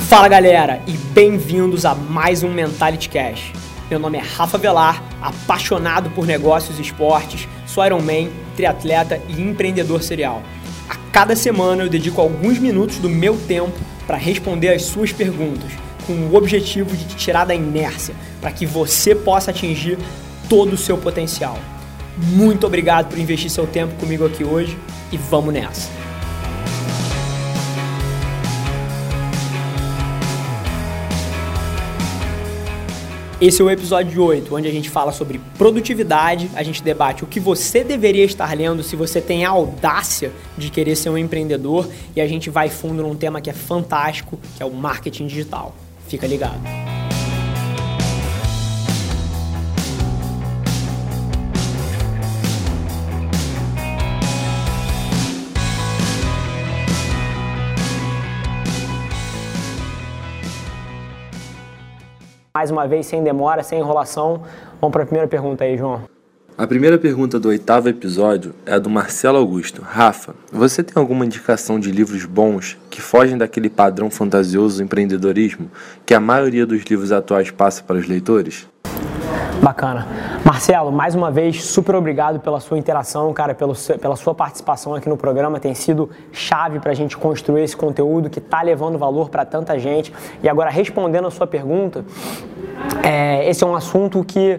Fala galera e bem-vindos a mais um Mentality Cash. Meu nome é Rafa Velar, apaixonado por negócios e esportes, sou Ironman, triatleta e empreendedor serial. A cada semana eu dedico alguns minutos do meu tempo para responder as suas perguntas, com o objetivo de te tirar da inércia, para que você possa atingir todo o seu potencial. Muito obrigado por investir seu tempo comigo aqui hoje e vamos nessa! Esse é o episódio 8, onde a gente fala sobre produtividade, a gente debate o que você deveria estar lendo se você tem a audácia de querer ser um empreendedor e a gente vai fundo num tema que é fantástico, que é o marketing digital. Fica ligado! Mais uma vez, sem demora, sem enrolação, vamos para a primeira pergunta aí, João. A primeira pergunta do 8º episódio é a do Marcelo Augusto. Rafa, você tem alguma indicação de livros bons que fogem daquele padrão fantasioso do empreendedorismo que a maioria dos livros atuais passa para os leitores? Bacana. Marcelo, mais uma vez, super obrigado pela sua interação, cara, pela sua participação aqui no programa. Tem sido chave para a gente construir esse conteúdo que está levando valor para tanta gente. E agora, respondendo a sua pergunta, esse é um assunto que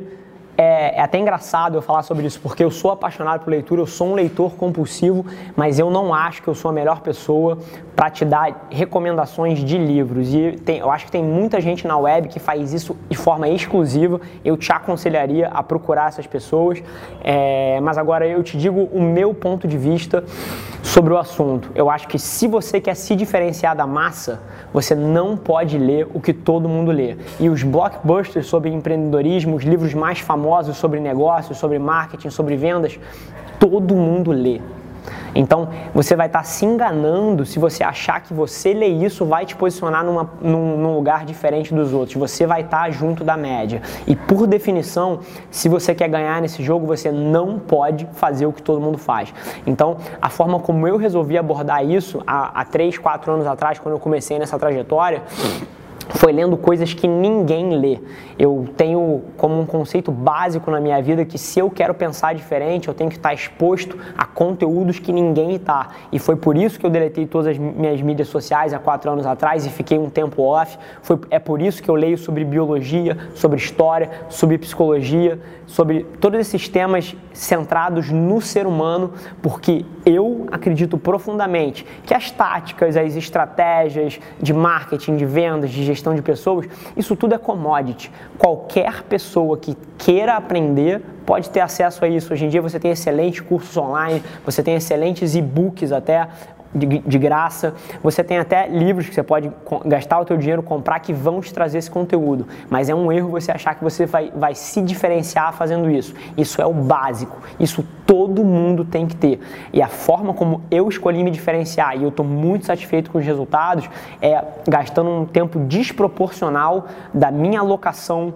é até engraçado eu falar sobre isso, porque eu sou apaixonado por leitura, eu sou um leitor compulsivo, mas eu não acho que eu sou a melhor pessoa para te dar recomendações de livros. E eu acho que tem muita gente na web que faz isso de forma exclusiva. Eu te aconselharia a procurar essas pessoas, mas agora eu te digo o meu ponto de vista sobre o assunto. Eu acho que se você quer se diferenciar da massa, você não pode ler o que todo mundo lê. E os blockbusters sobre empreendedorismo, os livros mais famosos sobre negócios, sobre marketing, sobre vendas, todo mundo lê. Então, você vai estar se enganando se você achar que você ler isso vai te posicionar num lugar diferente dos outros. Você vai estar junto da média. E, por definição, se você quer ganhar nesse jogo, você não pode fazer o que todo mundo faz. Então, a forma como eu resolvi abordar isso há 3, 4 anos atrás, quando eu comecei nessa trajetória, foi lendo coisas que ninguém lê. Eu tenho como um conceito básico na minha vida que se eu quero pensar diferente, eu tenho que estar exposto a conteúdos que ninguém está. E foi por isso que eu deletei todas as minhas mídias sociais há 4 anos atrás e fiquei um tempo off. É por isso que eu leio sobre biologia, sobre história, sobre psicologia, sobre todos esses temas centrados no ser humano, porque eu acredito profundamente que as táticas, as estratégias de marketing, de vendas, de gestão de pessoas, isso tudo é commodity. Qualquer pessoa que queira aprender pode ter acesso a isso. Hoje em dia você tem excelentes cursos online, você tem excelentes e-books até de graça, você tem até livros que você pode gastar o teu dinheiro, comprar, que vão te trazer esse conteúdo, mas é um erro você achar que você vai se diferenciar fazendo isso. Isso é o básico, isso todo mundo tem que ter, e a forma como eu escolhi me diferenciar, e eu estou muito satisfeito com os resultados, é gastando um tempo desproporcional da minha alocação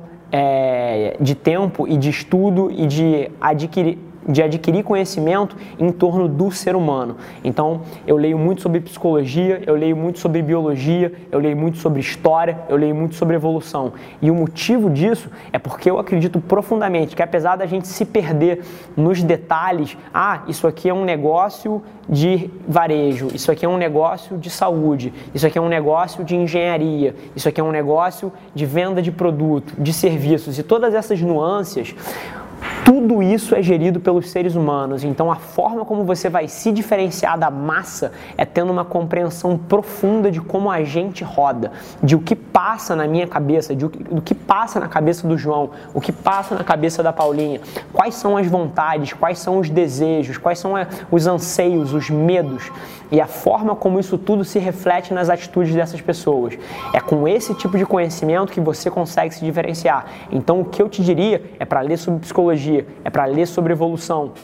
de tempo e de estudo e de adquirir conhecimento em torno do ser humano. Então, eu leio muito sobre psicologia, eu leio muito sobre biologia, eu leio muito sobre história, eu leio muito sobre evolução. E o motivo disso é porque eu acredito profundamente que, apesar da gente se perder nos detalhes, isso aqui é um negócio de varejo, isso aqui é um negócio de saúde, isso aqui é um negócio de engenharia, isso aqui é um negócio de venda de produto, de serviços, e todas essas nuances, tudo isso é gerido pelos seres humanos. Então, a forma como você vai se diferenciar da massa é tendo uma compreensão profunda de como a gente roda, de o que passa na minha cabeça, do que passa na cabeça do João, o que passa na cabeça da Paulinha, quais são as vontades, quais são os desejos, quais são os anseios, os medos, e a forma como isso tudo se reflete nas atitudes dessas pessoas. É com esse tipo de conhecimento que você consegue se diferenciar. Então, o que eu te diria é para ler sobre psicologia, é para ler sobre evolução,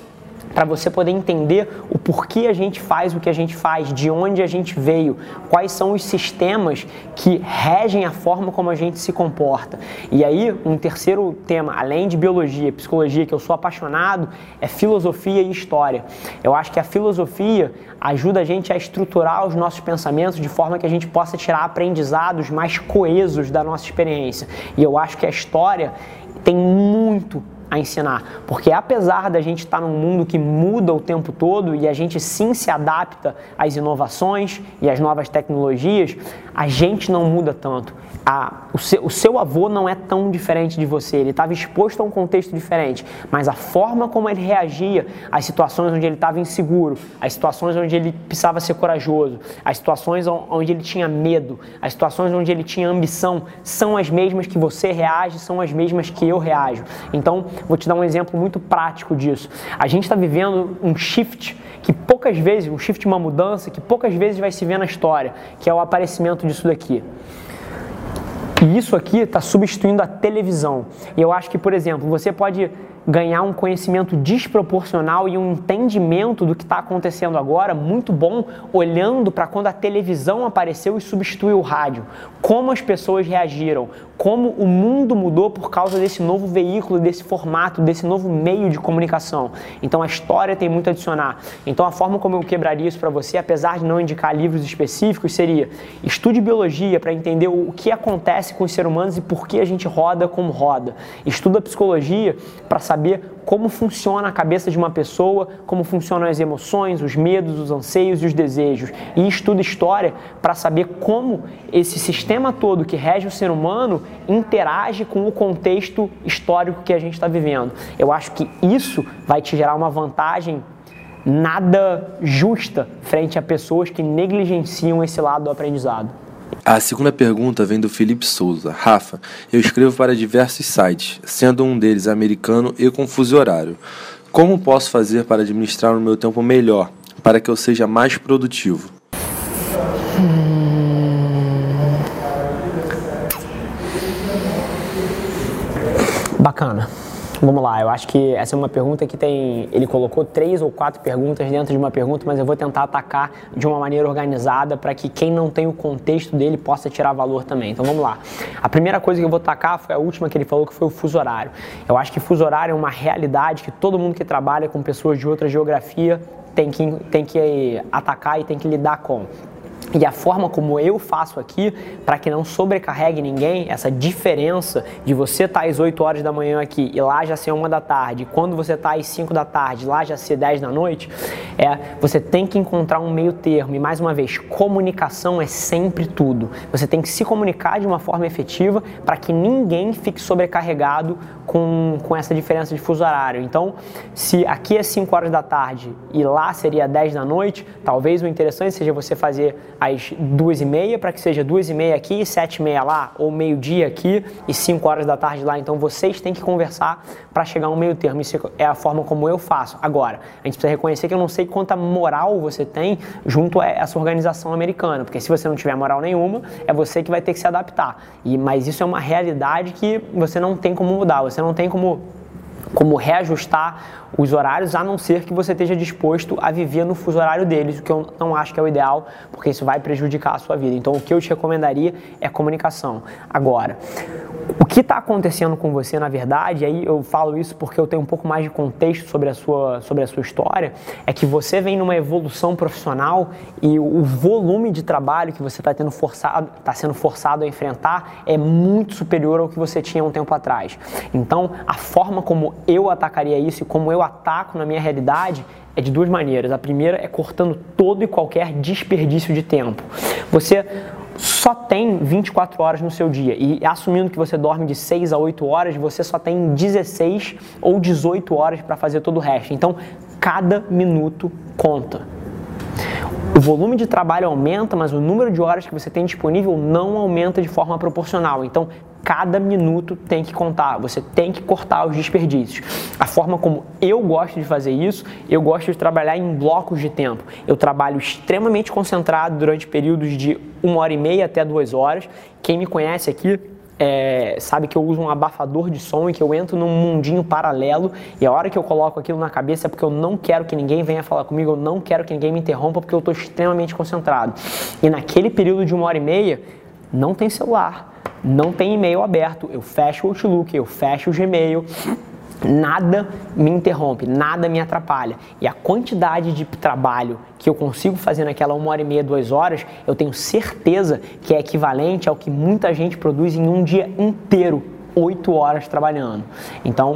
para você poder entender o porquê a gente faz o que a gente faz, de onde a gente veio, quais são os sistemas que regem a forma como a gente se comporta. E aí, um terceiro tema, além de biologia e psicologia, que eu sou apaixonado, é filosofia e história. Eu acho que a filosofia ajuda a gente a estruturar os nossos pensamentos de forma que a gente possa tirar aprendizados mais coesos da nossa experiência. E eu acho que a história tem muito a ensinar, porque apesar da gente estar num mundo que muda o tempo todo e a gente sim se adapta às inovações e às novas tecnologias, a gente não muda tanto. O seu avô não é tão diferente de você, ele estava exposto a um contexto diferente, mas a forma como ele reagia às situações onde ele estava inseguro, às situações onde ele precisava ser corajoso, às situações onde ele tinha medo, às situações onde ele tinha ambição, são as mesmas que você reage, são as mesmas que eu reajo. Então, vou te dar um exemplo muito prático disso. A gente está vivendo um shift que poucas vezes, um shift, uma mudança que poucas vezes vai se ver na história, que é o aparecimento disso daqui. E isso aqui está substituindo a televisão. E eu acho que, por exemplo, você pode ganhar um conhecimento desproporcional e um entendimento do que está acontecendo agora muito bom, olhando para quando a televisão apareceu e substituiu o rádio. Como as pessoas reagiram, como o mundo mudou por causa desse novo veículo, desse formato, desse novo meio de comunicação. Então a história tem muito a adicionar. Então a forma como eu quebraria isso para você, apesar de não indicar livros específicos, seria: estude biologia para entender o que acontece com os seres humanos e por que a gente roda como roda. Estuda psicologia para saber como funciona a cabeça de uma pessoa, como funcionam as emoções, os medos, os anseios e os desejos. E estuda história para saber como esse sistema todo que rege o ser humano interage com o contexto histórico que a gente está vivendo. Eu acho que isso vai te gerar uma vantagem nada justa frente a pessoas que negligenciam esse lado do aprendizado. A segunda pergunta vem do Felipe Souza. Rafa, eu escrevo para diversos sites, sendo um deles americano e com fuso horário. Como posso fazer para administrar o meu tempo melhor, para que eu seja mais produtivo? Bacana. Vamos lá, eu acho que essa é uma pergunta que ele colocou 3 ou 4 perguntas dentro de uma pergunta, mas eu vou tentar atacar de uma maneira organizada para que quem não tem o contexto dele possa tirar valor também. Então vamos lá. A primeira coisa que eu vou atacar foi a última que ele falou, que foi o fuso horário. Eu acho que fuso horário é uma realidade que todo mundo que trabalha com pessoas de outra geografia tem que atacar e tem que lidar com. E a forma como eu faço aqui, para que não sobrecarregue ninguém, essa diferença de você estar às 8 horas da manhã aqui e lá já ser 1 da tarde, quando você está às 5 da tarde, lá já ser 10 da noite, você tem que encontrar um meio termo. E mais uma vez, comunicação é sempre tudo. Você tem que se comunicar de uma forma efetiva para que ninguém fique sobrecarregado com essa diferença de fuso horário. Então, se aqui é 5 horas da tarde e lá seria 10 da noite, talvez o interessante seja você fazer às 2h30 para que seja 2h30 aqui e 7h30 lá, ou meio-dia aqui e 5 horas da tarde lá. Então vocês têm que conversar para chegar a um meio termo. Isso é a forma como eu faço. Agora, a gente precisa reconhecer que eu não sei quanta moral você tem junto a essa organização americana, porque se você não tiver moral nenhuma, é você que vai ter que se adaptar. Mas isso é uma realidade que você não tem como mudar, você não tem como reajustar os horários, a não ser que você esteja disposto a viver no fuso horário deles, o que eu não acho que é o ideal, porque isso vai prejudicar a sua vida. Então, o que eu te recomendaria é comunicação. Agora, o que está acontecendo com você, na verdade, e aí eu falo isso porque eu tenho um pouco mais de contexto sobre a sua história, é que você vem numa evolução profissional e o volume de trabalho que você está sendo forçado a enfrentar é muito superior ao que você tinha um tempo atrás. Então, a forma como eu atacaria isso e como eu ataco na minha realidade é de 2 maneiras. A primeira é cortando todo e qualquer desperdício de tempo. Você só tem 24 horas no seu dia e assumindo que você dorme de 6 a 8 horas, você só tem 16 ou 18 horas para fazer todo o resto. Então, cada minuto conta. O volume de trabalho aumenta, mas o número de horas que você tem disponível não aumenta de forma proporcional. Então, cada minuto tem que contar, você tem que cortar os desperdícios. A forma como eu gosto de fazer isso, eu gosto de trabalhar em blocos de tempo. Eu trabalho extremamente concentrado durante períodos de 1h30 até 2 horas. Quem me conhece aqui sabe que eu uso um abafador de som e que eu entro num mundinho paralelo, e a hora que eu coloco aquilo na cabeça é porque eu não quero que ninguém venha falar comigo, eu não quero que ninguém me interrompa, porque eu estou extremamente concentrado. E naquele período de 1h30, não tem celular, não tem e-mail aberto, eu fecho o Outlook, eu fecho o Gmail, nada me interrompe, nada me atrapalha. E a quantidade de trabalho que eu consigo fazer naquela 1h30, 2 horas, eu tenho certeza que é equivalente ao que muita gente produz em um dia inteiro, 8 horas trabalhando. Então,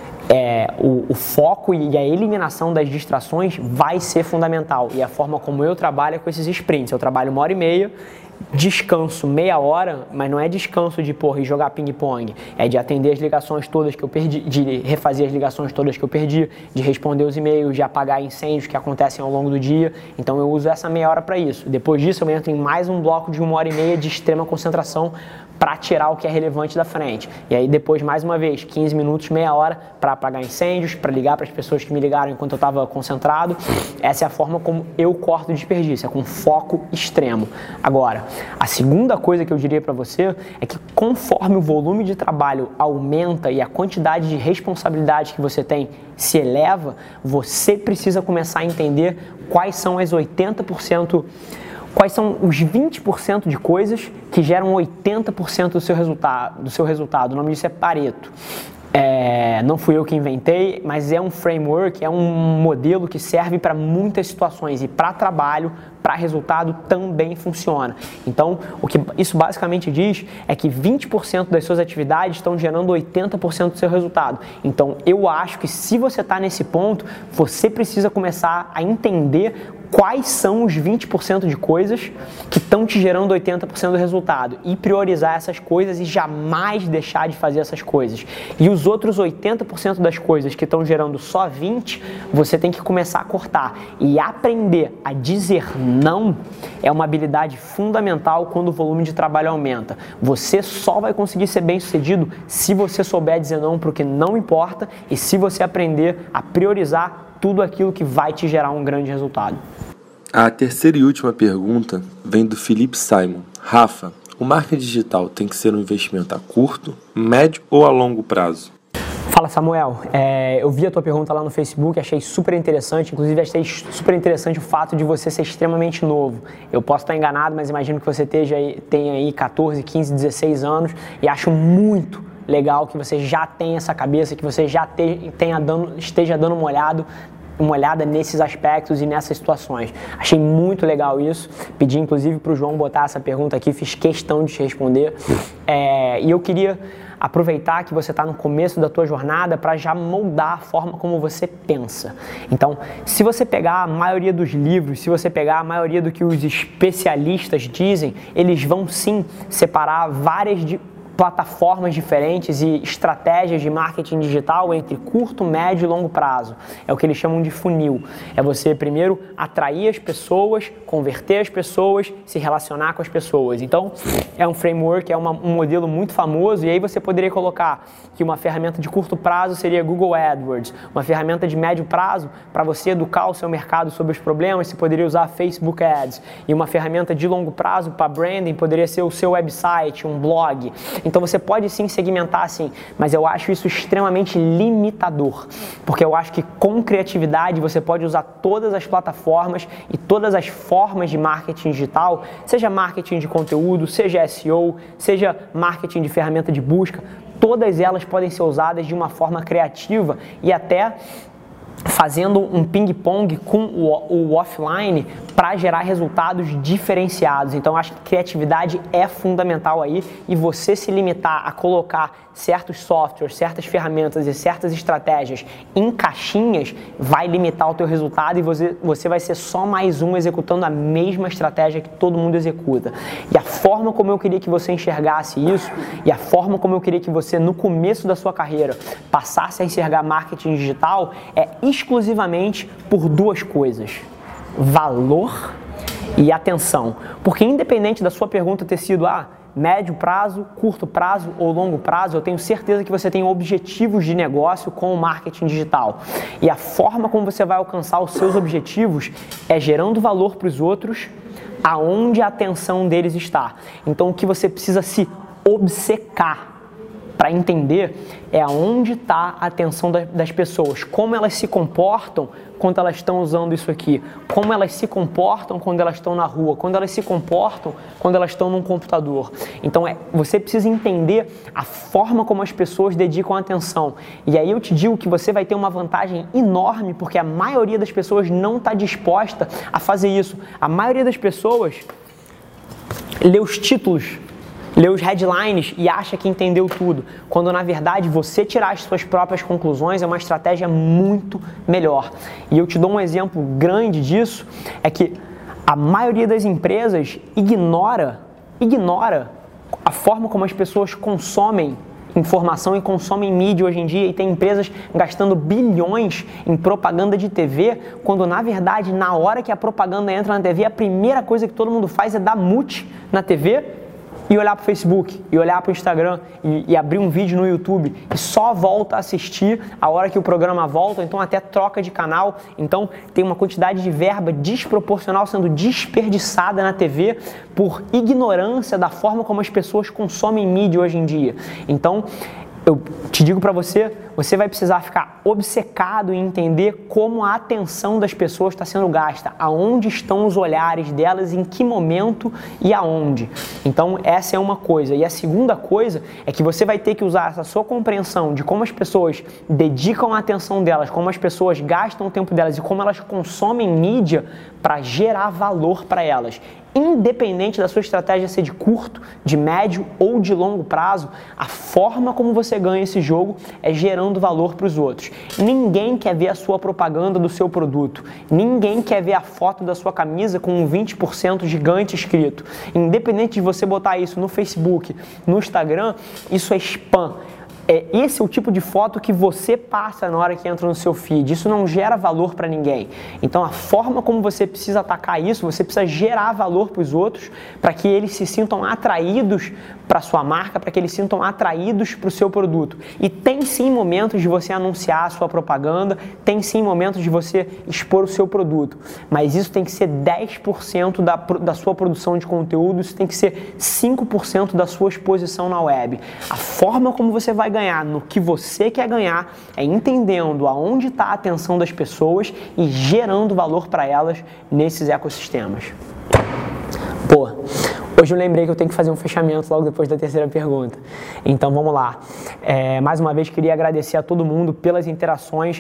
o foco e a eliminação das distrações vai ser fundamental. E a forma como eu trabalho é com esses sprints. Eu trabalho 1h30, descanso meia hora, mas não é descanso de e jogar ping-pong, é de atender as ligações todas que eu perdi, de refazer as ligações todas que eu perdi, de responder os e-mails, de apagar incêndios que acontecem ao longo do dia. Então eu uso essa meia hora para isso. Depois disso eu entro em mais um bloco de 1h30 de extrema concentração para tirar o que é relevante da frente. E aí depois, mais uma vez, 15 minutos, meia hora para apagar incêndios, para ligar para as pessoas que me ligaram enquanto eu estava concentrado. Essa é a forma como eu corto o desperdício, é com foco extremo. Agora, a segunda coisa que eu diria para você é que conforme o volume de trabalho aumenta e a quantidade de responsabilidade que você tem se eleva, você precisa começar a entender quais são as 80%, quais são os 20% de coisas que geram 80% do seu resultado. O nome disso é Pareto. Não fui eu que inventei, mas é um framework, é um modelo que serve para muitas situações e para trabalho, para resultado também funciona. Então, o que isso basicamente diz é que 20% das suas atividades estão gerando 80% do seu resultado. Então, eu acho que se você está nesse ponto, você precisa começar a entender quais são os 20% de coisas que estão te gerando 80% do resultado e priorizar essas coisas e jamais deixar de fazer essas coisas. E os outros 80% das coisas que estão gerando só 20%, você tem que começar a cortar. E aprender a dizer não é uma habilidade fundamental quando o volume de trabalho aumenta. Você só vai conseguir ser bem-sucedido se você souber dizer não para o que não importa e se você aprender a priorizar tudo aquilo que vai te gerar um grande resultado. A terceira e última pergunta vem do Felipe Simon. Rafa, o marketing digital tem que ser um investimento a curto, médio ou a longo prazo? Fala, Samuel. Eu vi a tua pergunta lá no Facebook, achei super interessante, inclusive achei super interessante o fato de você ser extremamente novo. Eu posso estar enganado, mas imagino que você tenha aí 14, 15, 16 anos e acho muito legal que você já tenha essa cabeça, que você já esteja dando uma olhada nesses aspectos e nessas situações. Achei muito legal isso. Pedi inclusive para o João botar essa pergunta aqui, fiz questão de te responder. E eu queria aproveitar que você está no começo da tua jornada para já moldar a forma como você pensa. Então, se você pegar a maioria dos livros, se você pegar a maioria do que os especialistas dizem, eles vão sim separar várias plataformas diferentes e estratégias de marketing digital entre curto, médio e longo prazo. É o que eles chamam de funil. É você primeiro atrair as pessoas, converter as pessoas, se relacionar com as pessoas. Então, é um framework, é um modelo muito famoso e aí você poderia colocar que uma ferramenta de curto prazo seria Google AdWords, uma ferramenta de médio prazo para você educar o seu mercado sobre os problemas, você poderia usar Facebook Ads, e uma ferramenta de longo prazo para branding poderia ser o seu website, um blog. Então você pode sim segmentar assim, mas eu acho isso extremamente limitador, porque eu acho que com criatividade você pode usar todas as plataformas e todas as formas de marketing digital, seja marketing de conteúdo, seja SEO, seja marketing de ferramenta de busca, todas elas podem ser usadas de uma forma criativa e até fazendo um ping-pong com o offline para gerar resultados diferenciados. Então, acho que criatividade é fundamental aí e você se limitar a colocar certos softwares, certas ferramentas e certas estratégias em caixinhas vai limitar o teu resultado e você vai ser só mais um executando a mesma estratégia que todo mundo executa. E a forma como eu queria que você enxergasse isso e a forma como eu queria que você, no começo da sua carreira, passasse a enxergar marketing digital é exclusivamente por duas coisas: valor e atenção. Porque independente da sua pergunta ter sido médio prazo, curto prazo ou longo prazo, eu tenho certeza que você tem objetivos de negócio com o marketing digital. E a forma como você vai alcançar os seus objetivos é gerando valor para os outros aonde a atenção deles está. Então o que você precisa se obcecar para entender aonde está a atenção das pessoas, como elas se comportam quando elas estão usando isso aqui, como elas se comportam quando elas estão na rua, quando elas se comportam quando elas estão num computador. Então você precisa entender a forma como as pessoas dedicam atenção. E aí eu te digo que você vai ter uma vantagem enorme, porque a maioria das pessoas não está disposta a fazer isso. A maioria das pessoas lê os títulos, lê os headlines e acha que entendeu tudo, quando na verdade você tirar as suas próprias conclusões é uma estratégia muito melhor. E eu te dou um exemplo grande disso, é que a maioria das empresas ignora a forma como as pessoas consomem informação e consomem mídia hoje em dia, e tem empresas gastando bilhões em propaganda de TV, quando na verdade na hora que a propaganda entra na TV, a primeira coisa que todo mundo faz é dar mute na TV e olhar para o Facebook, e olhar para o Instagram, e abrir um vídeo no YouTube, e só volta a assistir a hora que o programa volta, então até troca de canal. Então tem uma quantidade de verba desproporcional sendo desperdiçada na TV por ignorância da forma como as pessoas consomem mídia hoje em dia. Então eu te digo para você, você vai precisar ficar obcecado em entender como a atenção das pessoas está sendo gasta, aonde estão os olhares delas, em que momento e aonde. Então essa é uma coisa. E a segunda coisa é que você vai ter que usar essa sua compreensão de como as pessoas dedicam a atenção delas, como as pessoas gastam o tempo delas e como elas consomem mídia para gerar valor para elas. Independente da sua estratégia ser de curto, de médio ou de longo prazo, a forma como você ganha esse jogo é gerando valor para os outros. Ninguém quer ver a sua propaganda do seu produto. Ninguém quer ver a foto da sua camisa com um 20% gigante escrito. Independente de você botar isso no Facebook, no Instagram, isso é spam. Esse é o tipo de foto que você passa na hora que entra no seu feed. Isso não gera valor para ninguém. Então a forma como você precisa atacar isso, você precisa gerar valor para os outros, para que eles se sintam atraídos para a sua marca, para que eles se sintam atraídos para o seu produto. E tem sim momentos de você anunciar a sua propaganda, tem sim momentos de você expor o seu produto, mas isso tem que ser 10% da sua produção de conteúdo, isso tem que ser 5% da sua exposição na web. A forma como você vai ganhar no que você quer ganhar é entendendo aonde está a atenção das pessoas e gerando valor para elas nesses ecossistemas. Pô, hoje eu lembrei que eu tenho que fazer um fechamento logo depois da terceira pergunta. Então vamos lá. Mais uma vez queria agradecer a todo mundo pelas interações,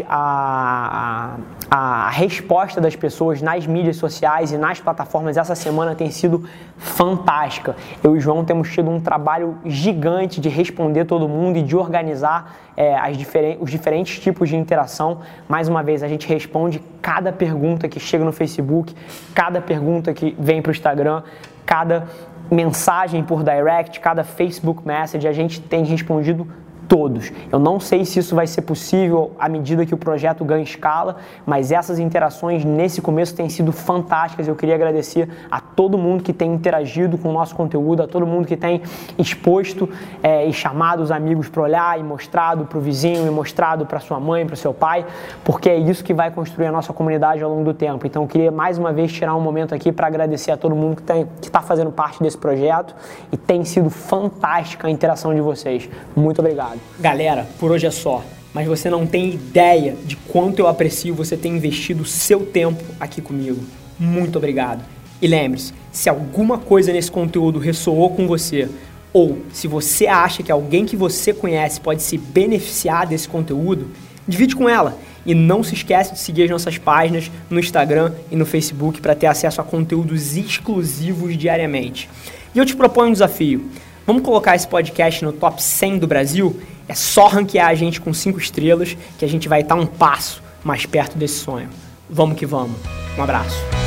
a resposta das pessoas nas mídias sociais e nas plataformas essa semana tem sido fantástica. Eu e o João temos tido um trabalho gigante de responder todo mundo e de organizar os diferentes tipos de interação. Mais uma vez, a gente responde cada pergunta que chega no Facebook, cada pergunta que vem para o Instagram, cada mensagem por direct, cada Facebook Message, a gente tem respondido todos. Eu não sei se isso vai ser possível à medida que o projeto ganha escala, mas essas interações nesse começo têm sido fantásticas. Eu queria agradecer a todo mundo que tem interagido com o nosso conteúdo, a todo mundo que tem exposto e chamado os amigos para olhar e mostrado para o vizinho e mostrado para sua mãe, para o seu pai, porque é isso que vai construir a nossa comunidade ao longo do tempo. Então eu queria mais uma vez tirar um momento aqui para agradecer a todo mundo que está fazendo parte desse projeto e tem sido fantástica a interação de vocês. Muito obrigado. Galera, por hoje é só, mas você não tem ideia de quanto eu aprecio você ter investido o seu tempo aqui comigo. Muito obrigado. E lembre-se, se alguma coisa nesse conteúdo ressoou com você, ou se você acha que alguém que você conhece pode se beneficiar desse conteúdo, divide com ela. E não se esquece de seguir as nossas páginas no Instagram e no Facebook para ter acesso a conteúdos exclusivos diariamente. E eu te proponho um desafio. Vamos colocar esse podcast no top 100 do Brasil? É só ranquear a gente com 5 estrelas que a gente vai estar um passo mais perto desse sonho. Vamos que vamos. Um abraço.